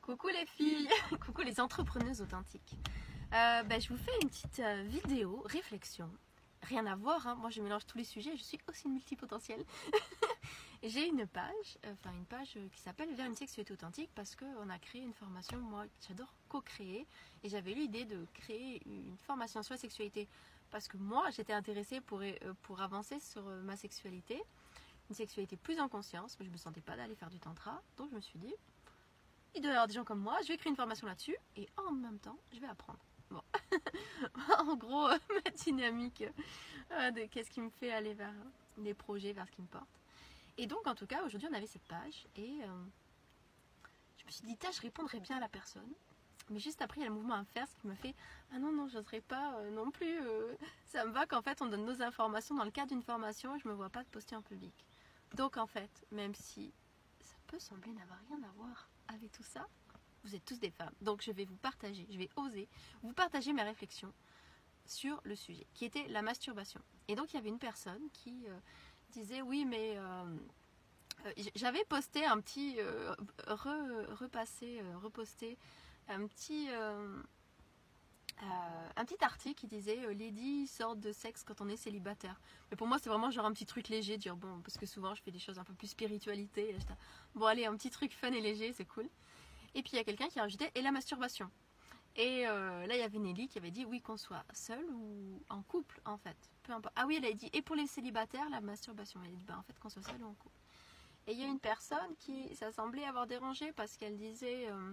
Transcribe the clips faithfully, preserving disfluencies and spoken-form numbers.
Coucou les filles, coucou les entrepreneuses authentiques. Euh, bah, je vous fais une petite euh, vidéo réflexion. Rien à voir, hein. Moi je mélange tous les sujets, je suis aussi multipotentielle. J'ai une page, euh, enfin une page qui s'appelle Vers une sexualité authentique parce qu'on a créé une formation, moi j'adore co-créer et j'avais eu l'idée de créer une formation sur la sexualité parce que moi j'étais intéressée pour, euh, pour avancer sur euh, ma sexualité, une sexualité plus en conscience, mais je ne me sentais pas d'aller faire du tantra, donc je me suis dit il doit y avoir des gens comme moi, je vais créer une formation là-dessus et en même temps je vais apprendre. Bon, en gros, euh, ma dynamique euh, de qu'est-ce qui me fait aller vers les projets, vers ce qui me porte. Et donc, en tout cas, aujourd'hui, on avait cette page et euh, je me suis dit, je répondrai bien à la personne. Mais juste après, il y a le mouvement inverse qui me fait, ah non, non, j'oserais pas euh, non plus. Euh, ça me va qu'en fait, on donne nos informations dans le cadre d'une formation et je me vois pas de poster en public. Donc, en fait, même si ça peut sembler n'avoir rien à voir avec tout ça, vous êtes tous des femmes. Donc, je vais vous partager, je vais oser vous partager mes réflexions sur le sujet, qui était la masturbation. Et donc, il y avait une personne qui euh, disait, oui, mais... Euh, euh, j'avais posté un petit... Euh, re, repassé, euh, reposté un petit... Euh, Euh, un petit article qui disait euh, Lady sort de sexe quand on est célibataire. Mais pour moi c'est vraiment genre un petit truc léger, dire bon, parce que souvent je fais des choses un peu plus spiritualité. Et bon allez, un petit truc fun et léger, c'est cool. Et puis il y a quelqu'un qui a rajouté et la masturbation. Et euh, là il y avait Nelly qui avait dit oui, qu'on soit seul ou en couple en fait. Peu importe. Ah oui, elle a dit et pour les célibataires la masturbation. Elle a dit bah en fait qu'on soit seul ou en couple. Et il y a une personne qui ça semblait avoir dérangé parce qu'elle disait euh,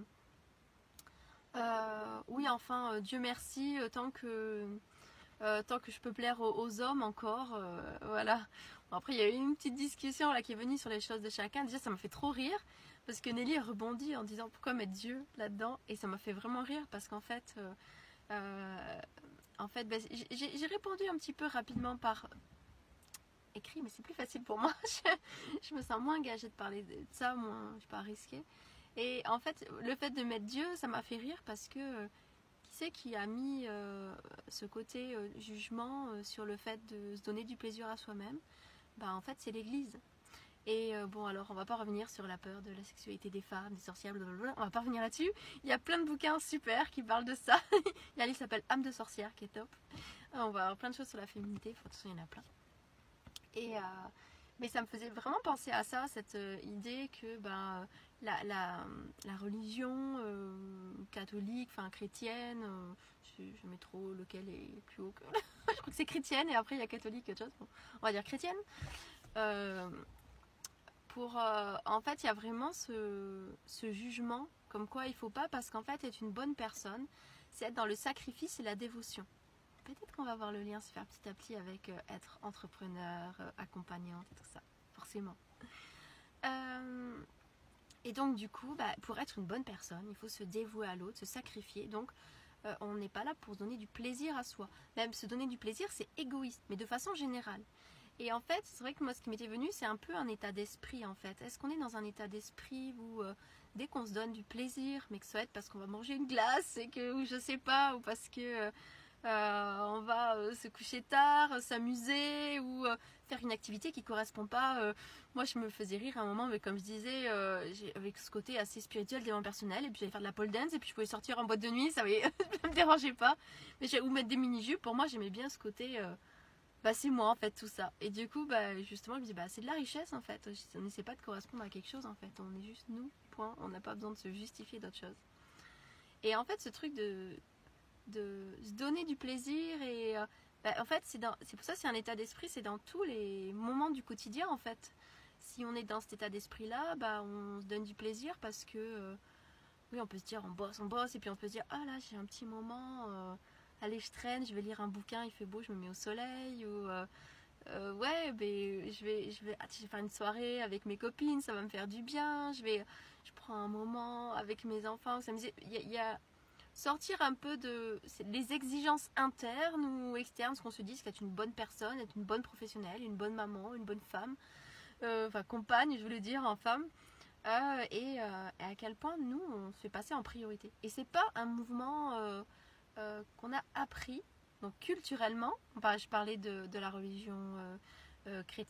Euh, oui, enfin, euh, Dieu merci, euh, tant que euh, tant que je peux plaire aux, aux hommes encore, euh, voilà. Bon, après, il y a eu une petite discussion là qui est venue sur les choses de chacun. Déjà, ça m'a fait trop rire parce que Nelly a rebondi en disant pourquoi mettre Dieu là-dedans, et ça m'a fait vraiment rire parce qu'en fait, euh, euh, en fait, ben, j'ai répondu un petit peu rapidement par écrit, mais c'est plus facile pour moi. je, je me sens moins engagée de parler de ça, moins, je suis pas risquée. Et en fait, le fait de mettre Dieu, ça m'a fait rire parce que euh, qui c'est qui a mis euh, ce côté euh, jugement euh, sur le fait de se donner du plaisir à soi-même? Bah en fait, c'est l'Église. Et euh, bon, alors on va pas revenir sur la peur de la sexualité des femmes, des sorcières, blablabla. On va pas revenir là-dessus. Il y a plein de bouquins super qui parlent de ça. Il y a un livre qui s'appelle Âme de sorcière qui est top. On va avoir plein de choses sur la féminité. De toute façon, il y en a plein. Et euh, mais ça me faisait vraiment penser à ça, cette euh, idée que ben, la, la, la religion euh, catholique, enfin chrétienne, euh, je, je mets trop lequel est plus haut que... je crois que c'est chrétienne et après il y a catholique, autre chose. Bon, on va dire chrétienne. Euh, pour, euh, en fait, il y a vraiment ce, ce jugement comme quoi il ne faut pas, parce qu'en fait, être une bonne personne, c'est être dans le sacrifice et la dévotion. Peut-être qu'on va voir le lien se faire petit à petit avec euh, être entrepreneur, euh, accompagnante et tout ça, forcément. Euh, et donc du coup, bah, pour être une bonne personne, il faut se dévouer à l'autre, se sacrifier. Donc euh, on n'est pas là pour se donner du plaisir à soi. Même se donner du plaisir, c'est égoïste, mais de façon générale. Et en fait, c'est vrai que moi, ce qui m'était venu, c'est un peu un état d'esprit en fait. Est-ce qu'on est dans un état d'esprit où euh, dès qu'on se donne du plaisir, mais que ce soit être parce qu'on va manger une glace, et que, ou je sais pas, ou parce que... Euh, Euh, on va euh, se coucher tard, euh, s'amuser ou euh, faire une activité qui correspond pas. Euh, moi, je me faisais rire à un moment, mais comme je disais, euh, avec ce côté assez spirituel, développement personnel, et puis j'allais faire de la pole dance, et puis je pouvais sortir en boîte de nuit, ça me dérangeait pas. Mais ou mettre des mini-jupes, pour moi, j'aimais bien ce côté. Euh, bah, c'est moi en fait, tout ça. Et du coup, bah, justement, je me dis, bah, c'est de la richesse en fait. On n'essaie pas de correspondre à quelque chose en fait. On est juste nous, point. On n'a pas besoin de se justifier d'autre chose. Et en fait, ce truc de. de se donner du plaisir et euh, bah, en fait c'est pour ça c'est un état d'esprit, c'est dans tous les moments du quotidien en fait. Si on est dans cet état d'esprit là, bah, on se donne du plaisir parce que euh, oui, on peut se dire on bosse, on bosse, et puis on peut se dire ah là j'ai un petit moment, euh, allez je traîne, je vais lire un bouquin, il fait beau, je me mets au soleil, ou euh, euh, ouais ben, je vais je vais, ah, je vais faire une soirée avec mes copines, ça va me faire du bien, je vais je prends un moment avec mes enfants, ça me dit il y a, il y a sortir un peu de les exigences internes ou externes, ce qu'on se dit, c'est qu'être une bonne personne, être une bonne professionnelle, une bonne maman, une bonne femme, euh, enfin compagne, je voulais dire, en femme, euh, et, euh, et à quel point nous, on se fait passer en priorité. Et c'est pas un mouvement euh, euh, qu'on a appris, donc culturellement, enfin, je parlais de, de la religion euh, euh, chrétienne,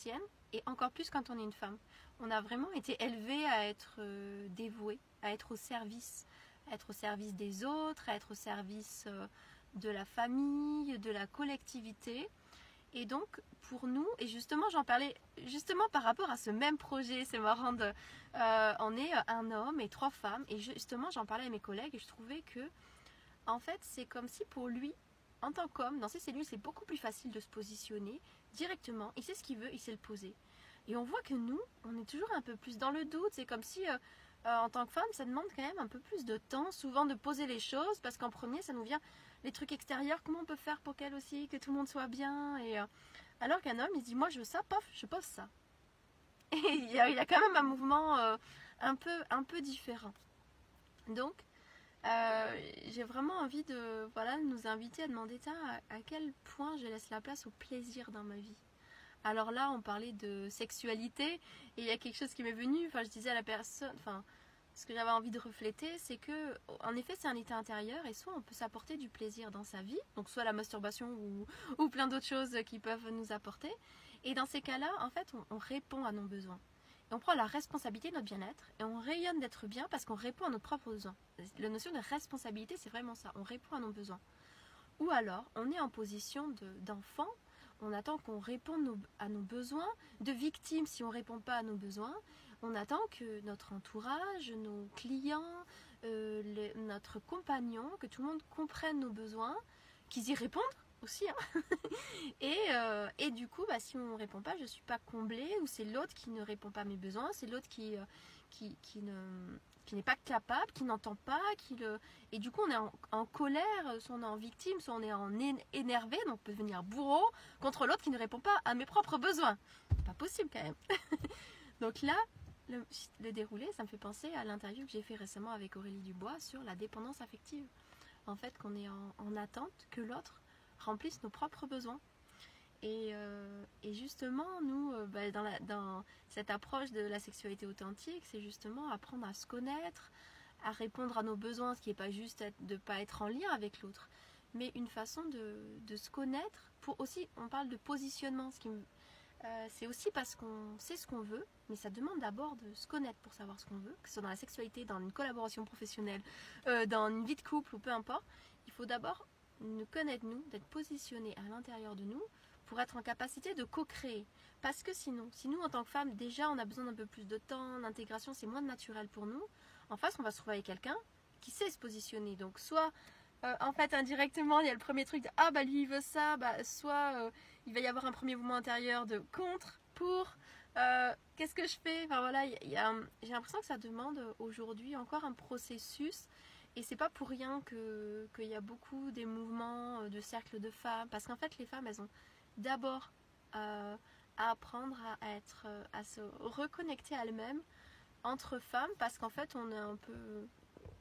Et encore plus quand on est une femme. On a vraiment été élevé à être euh, dévoué, à être au service, à être au service des autres, à être au service euh, de la famille, de la collectivité. Et donc, pour nous, et justement, j'en parlais justement par rapport à ce même projet, c'est marrant, de, euh, on est un homme et trois femmes, et justement, j'en parlais à mes collègues, et je trouvais que, en fait, c'est comme si pour lui, en tant qu'homme, dans ses cellules, c'est beaucoup plus facile de se positionner directement, il sait ce qu'il veut, il sait le poser. Et on voit que nous, on est toujours un peu plus dans le doute, c'est comme si, euh, euh, en tant que femme, ça demande quand même un peu plus de temps, souvent de poser les choses, parce qu'en premier, ça nous vient les trucs extérieurs, comment on peut faire pour qu'elle aussi, que tout le monde soit bien, et... Euh, alors qu'un homme, il se dit, moi je veux ça, pof, je pose ça. Et il y a, il y a quand même un mouvement euh, un, peu, un peu différent. Donc, euh, j'ai vraiment envie de voilà, nous inviter à demander ça, à, à quel point je laisse la place au plaisir dans ma vie. Alors là, on parlait de sexualité, et il y a quelque chose qui m'est venu, enfin je disais à la personne, enfin... Ce que j'avais envie de refléter, c'est que, en effet, c'est un état intérieur et soit on peut s'apporter du plaisir dans sa vie, donc soit la masturbation ou, ou plein d'autres choses qui peuvent nous apporter. Et dans ces cas-là, en fait, on, on répond à nos besoins. Et on prend la responsabilité de notre bien-être et on rayonne d'être bien parce qu'on répond à nos propres besoins. La notion de responsabilité, c'est vraiment ça, on répond à nos besoins. Ou alors, on est en position d'enfant, on attend qu'on réponde nos, à nos besoins, de victime si on ne répond pas à nos besoins. On attend que notre entourage, nos clients, euh, les, notre compagnon, que tout le monde comprenne nos besoins, qu'ils y répondent aussi. Hein. et, euh, et du coup, bah, si on ne répond pas, je ne suis pas comblée, ou c'est l'autre qui ne répond pas à mes besoins, c'est l'autre qui, euh, qui, qui, ne, qui n'est pas capable, qui n'entend pas. Qui le... Et du coup, on est en, en colère, soit on est en victime, soit on est en énervé, donc on peut devenir bourreau contre l'autre qui ne répond pas à mes propres besoins. Pas possible quand même. Donc là, Le, le déroulé, ça me fait penser à l'interview que j'ai fait récemment avec Aurélie Dubois sur la dépendance affective. En fait, qu'on est en, en attente que l'autre remplisse nos propres besoins. Et, euh, et justement, nous, euh, bah, dans, la, dans cette approche de la sexualité authentique, c'est justement apprendre à se connaître, à répondre à nos besoins, ce qui n'est pas juste être, de ne pas être en lien avec l'autre, mais une façon de, de se connaître. Pour aussi, on parle de positionnement, ce qui me... Euh, c'est aussi parce qu'on sait ce qu'on veut, mais ça demande d'abord de se connaître pour savoir ce qu'on veut, que ce soit dans la sexualité, dans une collaboration professionnelle, euh, dans une vie de couple ou peu importe. Il faut d'abord nous connaître nous, d'être positionné à l'intérieur de nous pour être en capacité de co-créer. Parce que sinon, si nous en tant que femmes, déjà on a besoin d'un peu plus de temps, d'intégration, c'est moins naturel pour nous, en face on va se trouver avec quelqu'un qui sait se positionner. Donc soit... Euh, en fait, indirectement, il y a le premier truc de ah bah lui il veut ça, bah soit euh, il va y avoir un premier mouvement intérieur de contre, pour, euh, qu'est-ce que je fais. Enfin voilà, y y a, j'ai l'impression que ça demande aujourd'hui encore un processus, et c'est pas pour rien que qu'il y a beaucoup des mouvements de cercles de femmes, parce qu'en fait les femmes elles ont d'abord euh, à apprendre à être, à se reconnecter à elles-mêmes entre femmes, parce qu'en fait on est un peu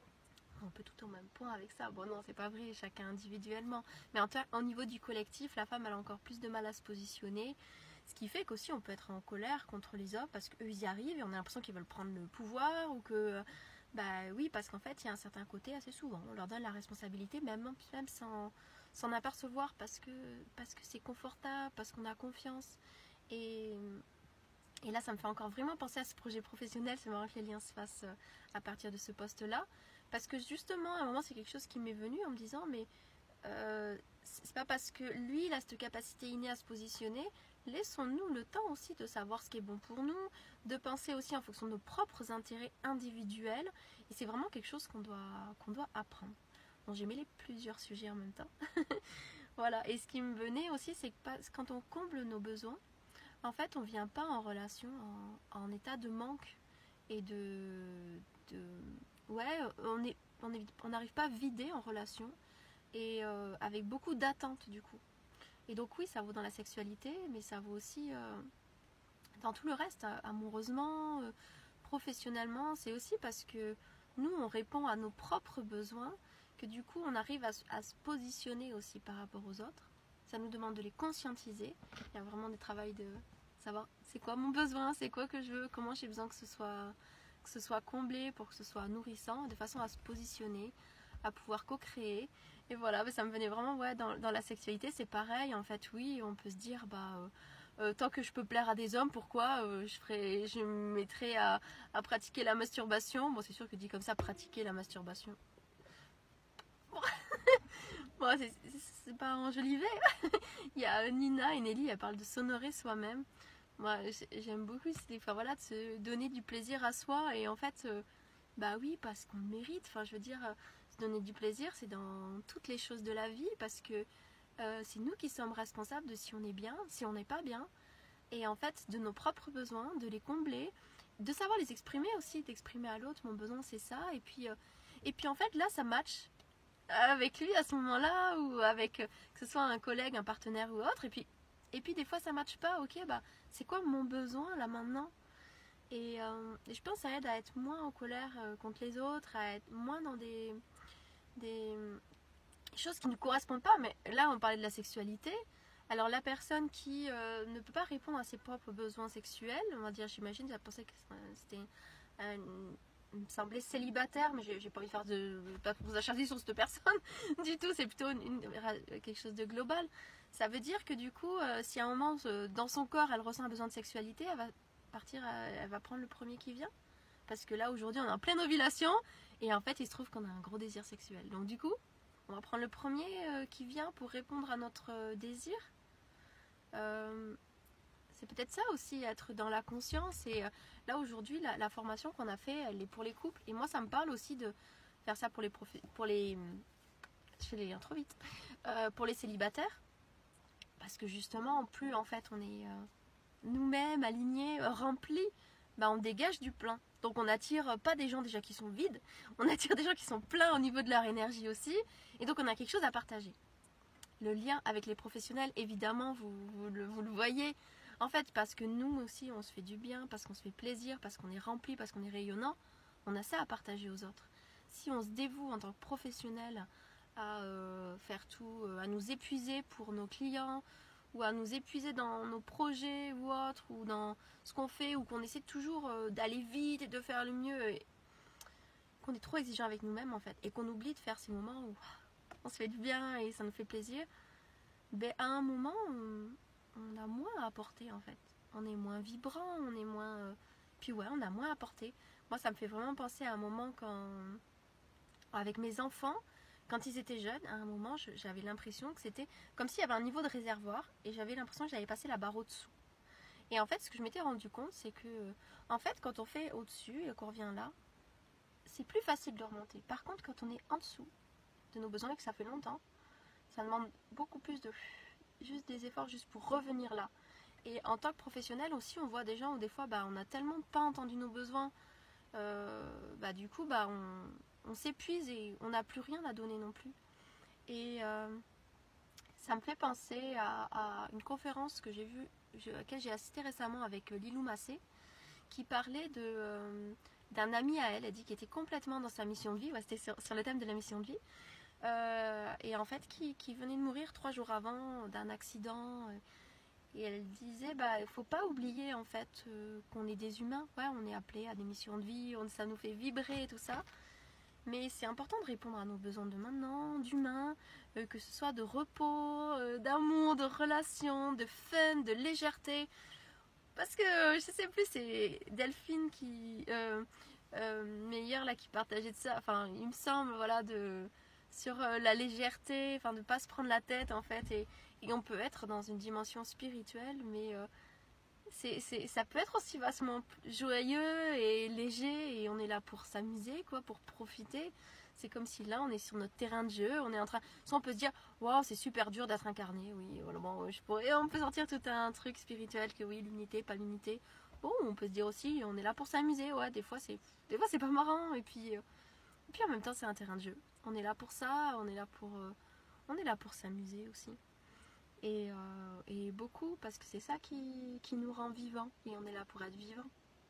un peu tout au même point avec ça. Bon non, c'est pas vrai, chacun individuellement. Mais en au niveau du collectif, la femme elle a encore plus de mal à se positionner. Ce qui fait qu'aussi on peut être en colère contre les hommes parce qu'eux ils y arrivent et on a l'impression qu'ils veulent prendre le pouvoir, ou que... Bah oui, parce qu'en fait il y a un certain côté assez souvent. On leur donne la responsabilité même, même sans s'en apercevoir parce que parce que c'est confortable, parce qu'on a confiance. Et... Et là, ça me fait encore vraiment penser à ce projet professionnel. C'est marrant que les liens se fassent à partir de ce poste-là. Parce que justement, à un moment, c'est quelque chose qui m'est venu en me disant, mais euh, c'est pas parce que lui, il a cette capacité innée à se positionner, laissons-nous le temps aussi de savoir ce qui est bon pour nous, de penser aussi en fonction de nos propres intérêts individuels. Et c'est vraiment quelque chose qu'on doit, qu'on doit apprendre. Donc j'ai mêlé plusieurs sujets en même temps. Voilà. Et ce qui me venait aussi, c'est que quand on comble nos besoins, en fait, on ne vient pas en relation en, en état de manque et de... de ouais, on est, on est, on n'arrive pas à vider en relation, et euh, avec beaucoup d'attentes du coup. Et donc oui, ça vaut dans la sexualité, mais ça vaut aussi euh, dans tout le reste, amoureusement, euh, professionnellement. C'est aussi parce que nous, on répond à nos propres besoins, que du coup, on arrive à, à se positionner aussi par rapport aux autres. Ça nous demande de les conscientiser. Il y a vraiment des travails de savoir c'est quoi mon besoin, c'est quoi que je veux, comment j'ai besoin que ce soit, que ce soit comblé pour que ce soit nourrissant, de façon à se positionner, à pouvoir co-créer. Et voilà, ça me venait vraiment, ouais, dans, dans la sexualité, c'est pareil. En fait, oui, on peut se dire, bah, euh, Euh, tant que je peux plaire à des hommes, pourquoi euh, je, ferais, je me mettrais à, à pratiquer la masturbation. Bon, c'est sûr que dit comme ça, pratiquer la masturbation. Bon, c'est pas enjolivé. Il y a Nina et Nelly, elles parlent de s'honorer soi-même. Moi, j'aime beaucoup, enfin, voilà, de se donner du plaisir à soi. Et en fait, euh, bah oui, parce qu'on le mérite. Enfin, je veux dire, euh, se donner du plaisir, c'est dans toutes les choses de la vie. Parce que euh, c'est nous qui sommes responsables de si on est bien, si on n'est pas bien. Et en fait, de nos propres besoins, de les combler, de savoir les exprimer aussi, d'exprimer à l'autre, mon besoin c'est ça. Et puis, euh, et puis en fait, là, ça match avec lui à ce moment-là, ou avec, euh, que ce soit un collègue, un partenaire ou autre. Et puis, et puis des fois, ça matche pas. Ok, bah, c'est quoi mon besoin là maintenant? Et, euh, et je pense que ça aide à être moins en colère euh, contre les autres, à être moins dans des, des choses qui ne nous correspondent pas. Mais là, on parlait de la sexualité. Alors la personne qui euh, ne peut pas répondre à ses propres besoins sexuels, on va dire, j'imagine, j'ai pensé que c'était un, il me semblait célibataire, mais j'ai pas envie de faire de pas vous acharner sur cette personne du tout. C'est plutôt une, une, quelque chose de global. Ça veut dire que du coup, euh, si à un moment dans son corps elle ressent un besoin de sexualité, elle va partir, euh, elle va prendre le premier qui vient. Parce que là aujourd'hui on est en pleine ovulation et en fait il se trouve qu'on a un gros désir sexuel. Donc du coup, on va prendre le premier euh, qui vient pour répondre à notre euh, désir. Euh, c'est peut-être ça aussi, être dans la conscience. Et euh, là aujourd'hui, la, la formation qu'on a fait, elle est pour les couples. Et moi, ça me parle aussi de faire ça pour les profi- pour les, je fais les liens trop vite, euh, pour les célibataires, parce que justement, plus en fait, on est euh, nous-mêmes alignés, euh, remplis, bah, on dégage du plein. Donc on attire pas des gens déjà qui sont vides, on attire des gens qui sont pleins au niveau de leur énergie aussi. Et donc on a quelque chose à partager. Le lien avec les professionnels, évidemment, vous, vous, le, vous le voyez. En fait, parce que nous aussi, on se fait du bien, parce qu'on se fait plaisir, parce qu'on est rempli, parce qu'on est rayonnant, on a ça à partager aux autres. Si on se dévoue en tant que professionnel à euh, faire tout, euh, à nous épuiser pour nos clients, ou à nous épuiser dans nos projets ou autres, ou dans ce qu'on fait, ou qu'on essaie toujours euh, d'aller vite et de faire le mieux, et qu'on est trop exigeant avec nous-mêmes en fait, et qu'on oublie de faire ces moments où on se fait du bien et ça nous fait plaisir, ben à un moment on, on a moins à apporter en fait. On est moins vibrant, on est moins... Euh, puis ouais, on a moins à apporter. Moi ça me fait vraiment penser à un moment quand... Avec mes enfants, quand ils étaient jeunes, à un moment j'avais l'impression que c'était comme s'il y avait un niveau de réservoir et j'avais l'impression que j'avais passé la barre au-dessous. Et en fait ce que je m'étais rendu compte c'est que en fait quand on fait au-dessus et qu'on revient là, c'est plus facile de remonter. Par contre quand on est en dessous de nos besoins et que ça fait longtemps, ça demande beaucoup plus de juste des efforts juste pour revenir là. Et en tant que professionnel aussi, on voit des gens où des fois bah, on a tellement pas entendu nos besoins, euh, bah, du coup bah, on, on s'épuise et on n'a plus rien à donner non plus. Et euh, ça me fait penser à, à une conférence que j'ai vue, à laquelle j'ai assisté récemment avec Lilou Massé, qui parlait de, euh, d'un ami à elle, elle dit qu'il était complètement dans sa mission de vie, ouais, c'était sur, sur le thème de la mission de vie. Euh, et en fait qui, qui venait de mourir trois jours avant d'un accident, et elle disait bah il faut pas oublier en fait euh, qu'on est des humains, ouais, on est appelé à des missions de vie, on, ça nous fait vibrer et tout ça, mais c'est important de répondre à nos besoins de maintenant, d'humain, euh, que ce soit de repos, euh, d'amour, de relations, de fun, de légèreté, parce que euh, je sais plus, c'est Delphine qui euh, euh, meilleure là qui partageait de ça, enfin il me semble, voilà, de sur euh, la légèreté, enfin de pas se prendre la tête en fait, et, et on peut être dans une dimension spirituelle, mais euh, c'est, c'est, ça peut être aussi vastement joyeux et léger, et on est là pour s'amuser, quoi, pour profiter. C'est comme si là on est sur notre terrain de jeu, on est en train, soit on peut se dire waouh c'est super dur d'être incarné, oui, voilà, bon, je pourrais, on peut sortir tout un truc spirituel que oui l'unité, pas l'unité. Bon, on peut se dire aussi on est là pour s'amuser, ouais, des fois c'est, des fois c'est pas marrant, et puis euh, et puis en même temps, c'est un terrain de jeu. On est là pour ça, on est là pour, euh, on est là pour s'amuser aussi. Et, euh, et beaucoup, parce que c'est ça qui, qui nous rend vivants. Et on est là pour être vivants.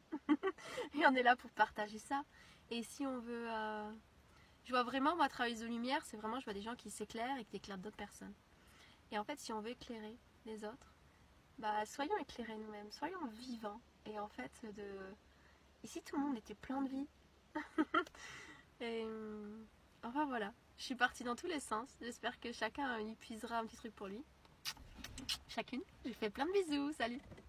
Et on est là pour partager ça. Et si on veut... Euh... Je vois vraiment, moi, travailleuse de lumière, c'est vraiment, je vois des gens qui s'éclairent et qui éclairent d'autres personnes. Et en fait, si on veut éclairer les autres, bah, soyons éclairés nous-mêmes, soyons vivants. Et en fait, de... Et si tout le monde était plein de vie? Et enfin voilà, je suis partie dans tous les sens. J'espère que chacun y puisera un petit truc pour lui. chacune. Je fais plein de bisous. Salut.